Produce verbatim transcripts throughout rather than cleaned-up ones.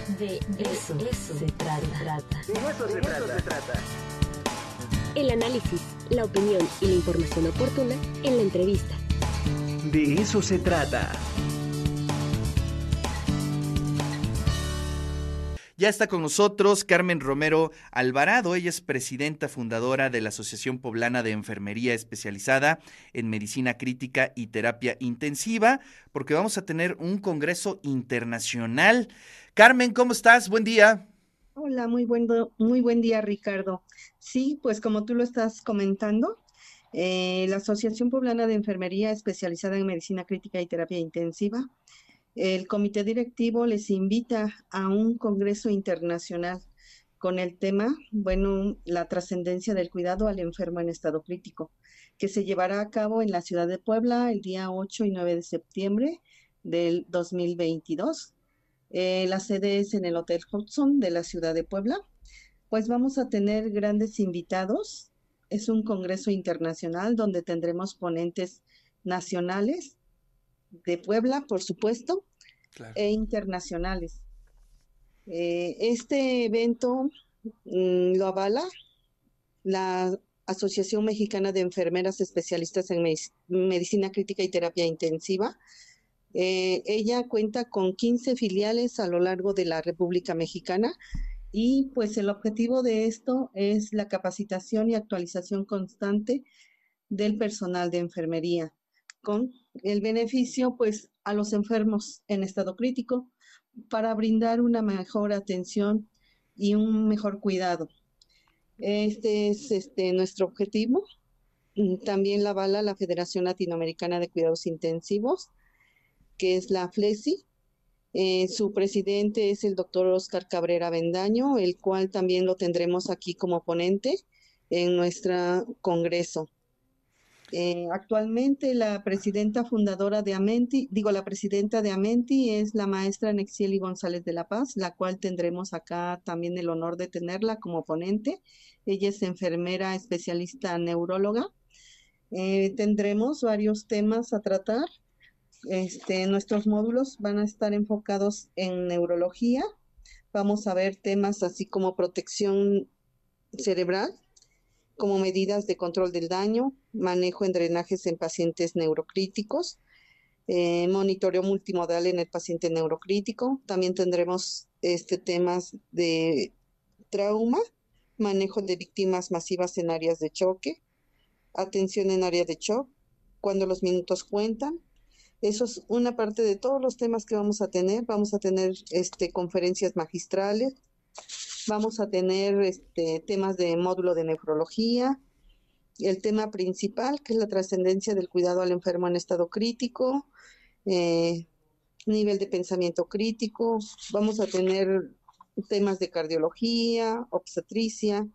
De eso, eso se trata. De eso se trata. se trata. El análisis, la opinión y la información oportuna en la entrevista. De eso se trata. Ya está con nosotros Carmen Romero Alvarado. Ella es presidenta fundadora de la Asociación Poblana de Enfermería Especializada en Medicina Crítica y Terapia Intensiva, porque vamos a tener un congreso internacional. Carmen, ¿cómo estás? Buen día. Hola, muy buen, muy buen día, Ricardo. Sí, pues como tú lo estás comentando, eh, la Asociación Poblana de Enfermería Especializada en Medicina Crítica y Terapia Intensiva, el comité directivo les invita a un congreso internacional con el tema, bueno, la trascendencia del cuidado al enfermo en estado crítico, que se llevará a cabo en la ciudad de Puebla el día ocho y nueve de septiembre del dos mil veintidós. Eh, la sede es en el Hotel Hudson de la ciudad de Puebla. Pues vamos a tener grandes invitados. Es un congreso internacional donde tendremos ponentes nacionales de Puebla, por supuesto, claro, e internacionales. Eh, este evento mm, lo avala la Asociación Mexicana de Enfermeras Especialistas en Medic- Medicina Crítica y Terapia Intensiva. Eh, ella cuenta con quince filiales a lo largo de la República Mexicana y pues el objetivo de esto es la capacitación y actualización constante del personal de enfermería, con el beneficio pues a los enfermos en estado crítico para brindar una mejor atención y un mejor cuidado. Este es este, nuestro objetivo. También la avala la Federación Latinoamericana de Cuidados Intensivos, que es la FLESI. Eh, su presidente es el doctor Oscar Cabrera Bendaño, el cual también lo tendremos aquí como ponente en nuestro congreso. Eh, actualmente la presidenta fundadora de Amenti, digo la presidenta de Amenti es la maestra Nexieli González de la Paz, la cual tendremos acá también el honor de tenerla como ponente. Ella es enfermera especialista neuróloga. Eh, tendremos varios temas a tratar. Este, nuestros módulos van a estar enfocados en neurología. Vamos a ver temas así como protección cerebral, como medidas de control del daño, manejo en drenajes en pacientes neurocríticos, eh, monitoreo multimodal en el paciente neurocrítico. También tendremos este, temas de trauma, manejo de víctimas masivas en áreas de choque, atención en área de shock, cuando los minutos cuentan. Eso es una parte de todos los temas que vamos a tener. Vamos a tener este, conferencias magistrales, vamos a tener este, temas de módulo de nefrología, el tema principal, que es la trascendencia del cuidado al enfermo en estado crítico, eh, nivel de pensamiento crítico. Vamos a tener temas de cardiología, obstetricia.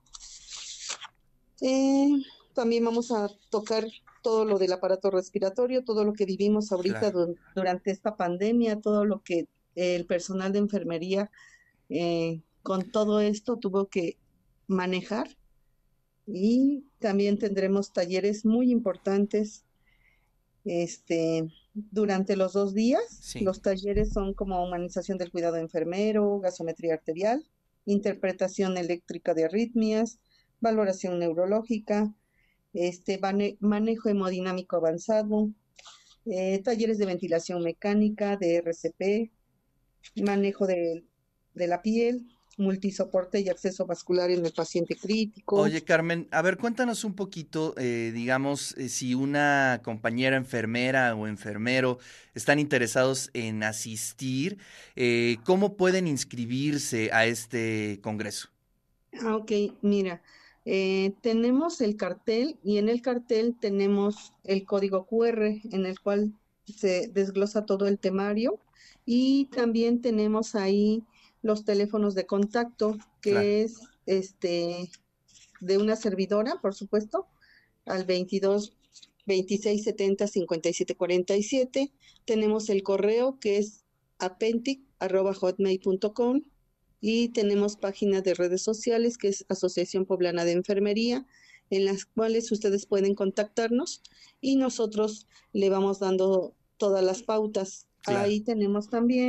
Eh, también vamos a tocar todo lo del aparato respiratorio, todo lo que vivimos ahorita claro. du- durante esta pandemia, todo lo que el personal de enfermería eh, con todo esto tuvo que manejar. Y también tendremos talleres muy importantes este, durante los dos días. Sí. Los talleres son como humanización del cuidado enfermero, gasometría arterial, interpretación eléctrica de arritmias, valoración neurológica, este, mane- manejo hemodinámico avanzado, eh, talleres de ventilación mecánica, de R C P, manejo de, de la piel, multisoporte y acceso vascular en el paciente crítico. Oye, Carmen, a ver, cuéntanos un poquito, eh, digamos, eh, si una compañera enfermera o enfermero están interesados en asistir, eh, ¿cómo pueden inscribirse a este congreso? Ah, ok, mira, eh, tenemos el cartel y en el cartel tenemos el código Q R en el cual se desglosa todo el temario y también tenemos ahí los teléfonos de contacto, que claro. es este de una servidora, por supuesto, al veintidós, veintiséis, setenta, cincuenta y siete, cuarenta y siete. Tenemos el correo que es apentic arroba hotmail punto com y tenemos páginas de redes sociales que es Asociación Poblana de Enfermería, en las cuales ustedes pueden contactarnos y nosotros le vamos dando todas las pautas. Claro. Ahí tenemos también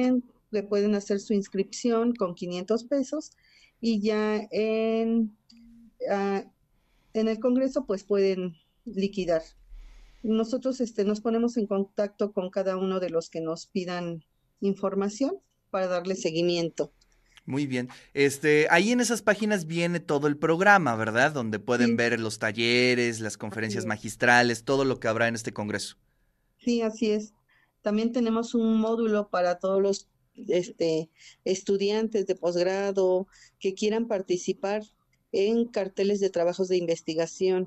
que pueden hacer su inscripción con quinientos pesos y ya en, ah, en el Congreso pues pueden liquidar. Nosotros este, nos ponemos en contacto con cada uno de los que nos pidan información para darle seguimiento. Muy bien. Este, ahí en esas páginas viene todo el programa, ¿verdad? Donde pueden Sí, ver los talleres, las así conferencias es. magistrales, todo lo que habrá en este congreso. Sí, así es. También tenemos un módulo para todos los este, estudiantes de posgrado que quieran participar en carteles de trabajos de investigación.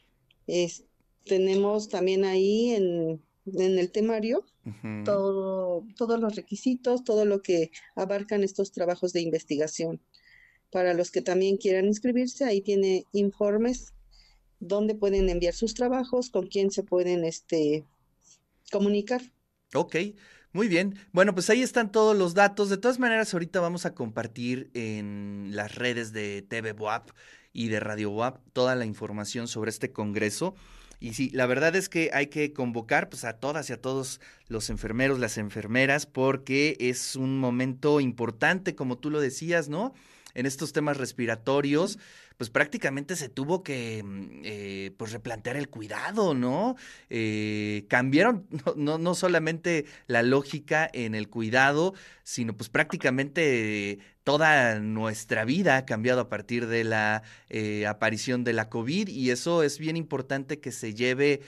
Es- Tenemos también ahí en, en el temario Ujú. todo, todos los requisitos, todo lo que abarcan estos trabajos de investigación. Para los que también quieran inscribirse, ahí tiene informes dónde pueden enviar sus trabajos, con quién se pueden este, comunicar. Ok, muy bien. Bueno, pues ahí están todos los datos. De todas maneras, ahorita vamos a compartir en las redes de T V Buap y de Radio Buap toda la información sobre este congreso. Y sí, la verdad es que hay que convocar pues a todas y a todos los enfermeros, las enfermeras, porque es un momento importante, como tú lo decías, ¿no? En estos temas respiratorios, pues prácticamente se tuvo que mm, eh, pues replantear el cuidado, ¿no? Eh, cambiaron no, no, no solamente la lógica en el cuidado, sino pues prácticamente toda nuestra vida ha cambiado a partir de la eh, aparición de la COVID y eso es bien importante que se lleve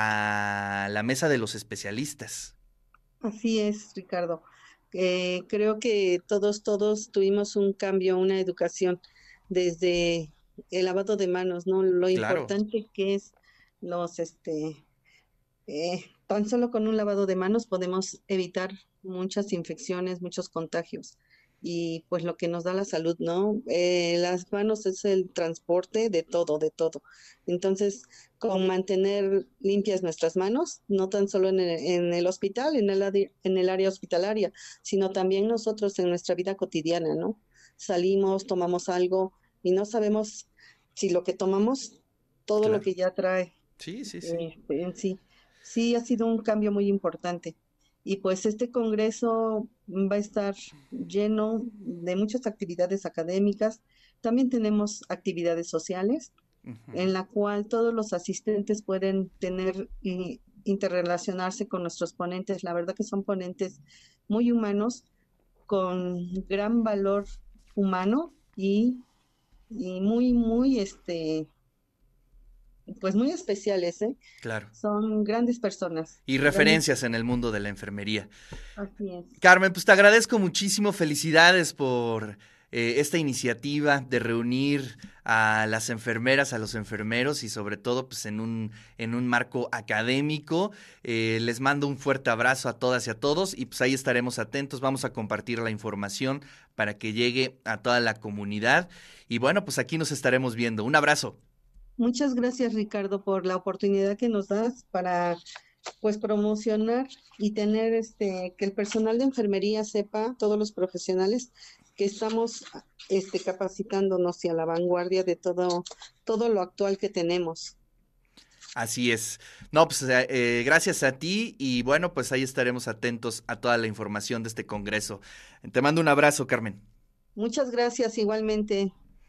a la mesa de los especialistas. Así es, Ricardo. Eh, creo que todos, todos tuvimos un cambio, una educación desde el lavado de manos, ¿no? Lo Claro. importante que es los, este, eh, tan solo con un lavado de manos podemos evitar muchas infecciones, muchos contagios. Y pues lo que nos da la salud, ¿no? Eh, las manos es el transporte de todo, de todo. Entonces, con mantener limpias nuestras manos, no tan solo en el, en el hospital, en el, adi- en el área hospitalaria, sino también nosotros en nuestra vida cotidiana, ¿no? Salimos, tomamos algo y no sabemos si lo que tomamos, todo lo Claro. que ya trae Sí, sí, sí. este, en sí. Sí, ha sido un cambio muy importante. Y pues este congreso va a estar lleno de muchas actividades académicas. También tenemos actividades sociales Ujú. en la cual todos los asistentes pueden tener y interrelacionarse con nuestros ponentes. La verdad que son ponentes muy humanos, con gran valor humano y, y muy, muy, este, pues muy especiales, ¿eh? Claro. Son grandes personas, Y grandes, referencias en el mundo de la enfermería. así es. Carmen, pues te agradezco muchísimo, felicidades por eh, esta iniciativa de reunir a las enfermeras, a los enfermeros y sobre todo pues en un, en un marco académico. Eh, les mando un fuerte abrazo a todas y a todos y pues ahí estaremos atentos, vamos a compartir la información para que llegue a toda la comunidad y bueno, pues aquí nos estaremos viendo. Un abrazo. Muchas gracias, Ricardo, por la oportunidad que nos das para pues promocionar y tener este que el personal de enfermería sepa, todos los profesionales, que estamos este capacitándonos y a la vanguardia de todo, todo lo actual que tenemos. Así es. No, pues eh, eh, gracias a ti y bueno, pues ahí estaremos atentos a toda la información de este congreso. Te mando un abrazo, Carmen. Muchas gracias igualmente.